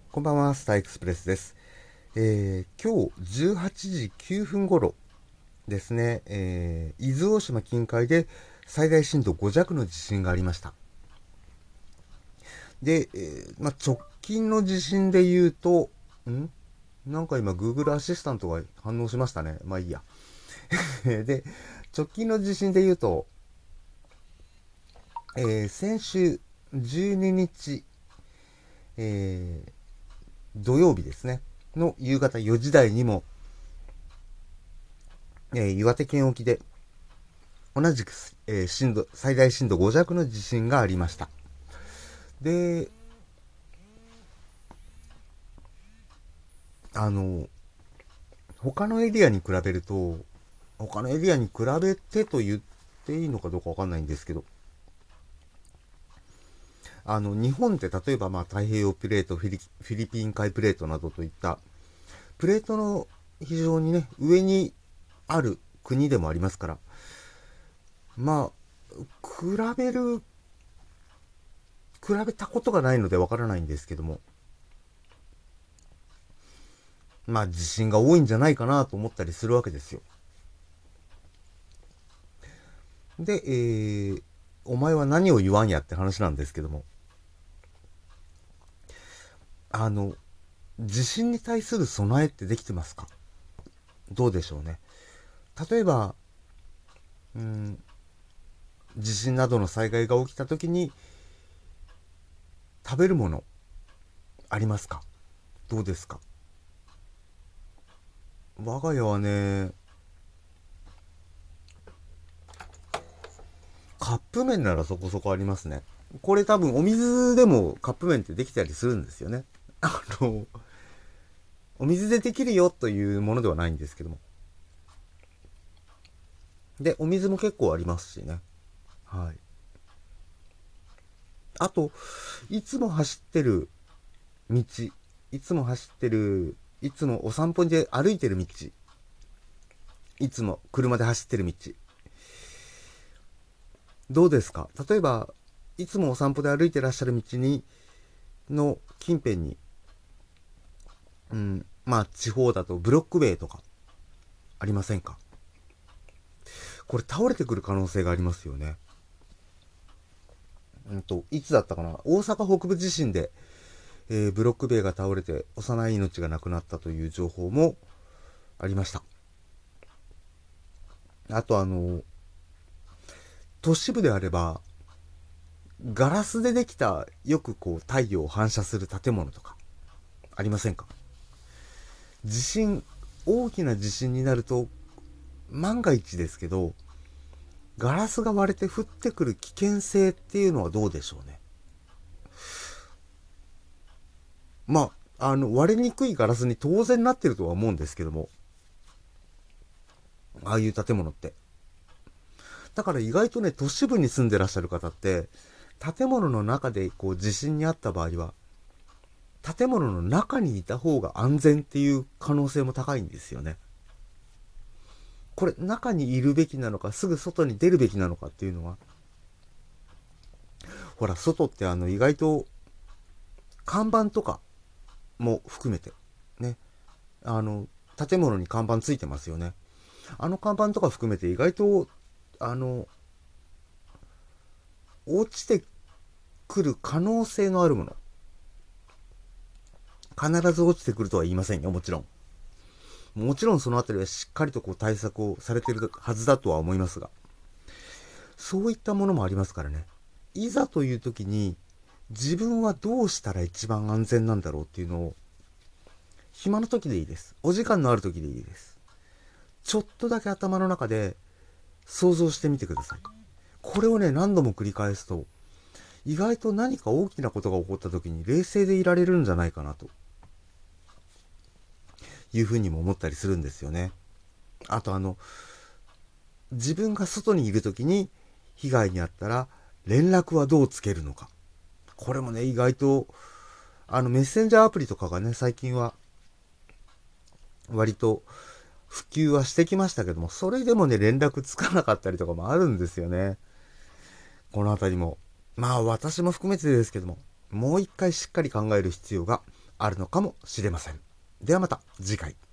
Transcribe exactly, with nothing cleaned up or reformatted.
こんばんは、スターエクスプレスです。えー、今日じゅうはちじきゅうふん頃ですね、えー、伊豆大島近海で最大震度ご弱の地震がありました。で、えーまあ、直近の地震で言うと、んなんか今 Google アシスタントが反応しましたね。まあいいや。で、直近の地震で言うと、えー、先週じゅうににち、えー、土曜日ですね、の夕方よじ台にも、えー岩手県沖で同じく、えー震度最大震度ご弱の地震がありました。で、あの他のエリアに比べると、他のエリアに比べてと言っていいのかどうかわかんないんですけど、あの日本って例えばまあ太平洋プレート、フィリフィリピン海プレートなどといったプレートの非常にね上にある国でもありますから、まあ比べる比べたことがないのでわからないんですけども、まあ地震が多いんじゃないかなと思ったりするわけですよ。で、えー、お前は何を言わんやって話なんですけども、あの、地震に対する備えってできてますか？どうでしょうね。例えば、うん、地震などの災害が起きた時に食べるものありますか？どうですか？我が家はね、カップ麺ならそこそこありますね。これ多分お水でもカップ麺ってできたりするんですよね。あの、お水でできるよというものではないんですけども。で、お水も結構ありますしね。はい。あと、いつも走ってる道、いつも走ってる、いつもお散歩で歩いてる道、いつも車で走ってる道、どうですか？例えば、いつもお散歩で歩いてらっしゃる道に、の近辺に、うん、まあ地方だとブロック塀とかありませんか？これ倒れてくる可能性がありますよね。うんと、いつだったかな、大阪北部地震で、えーブロック塀が倒れて幼い命が亡くなったという情報もありました。あとあの、都市部であれば、ガラスでできたよくこう太陽を反射する建物とかありませんか？地震、大きな地震になると万が一ですけど、ガラスが割れて降ってくる危険性っていうのはどうでしょうね。まあ、あの割れにくいガラスに当然なってるとは思うんですけども、ああいう建物って、だから意外とね、都市部に住んでらっしゃる方って建物の中でこう地震にあった場合は建物の中にいた方が安全っていう可能性も高いんですよね。これ中にいるべきなのかすぐ外に出るべきなのかっていうのは、ほら外ってあの意外と看板とかも含めてね、あの建物に看板ついてますよね。あの看板とか含めて意外とあの落ちてくる可能性のあるもの、必ず落ちてくるとは言いませんよ、もちろん。もちろんそのあたりはしっかりとこう対策をされているはずだとは思いますが、そういったものもありますからね。いざという時に自分はどうしたら一番安全なんだろうっていうのを、暇の時でいいです。お時間のある時でいいです。ちょっとだけ頭の中で想像してみてください。これをね、何度も繰り返すと、意外と何か大きなことが起こった時に冷静でいられるんじゃないかなというふうにも思ったりするんですよね。あとあの、自分が外にいる時に被害に遭ったら連絡はどうつけるのか。これもね、意外と、あのメッセンジャーアプリとかがね、最近は割と普及はしてきましたけども、それでもね、連絡つかなかったりとかもあるんですよね。このあたりも。まあ私も含めてですけども、もう一回しっかり考える必要があるのかもしれません。ではまた次回。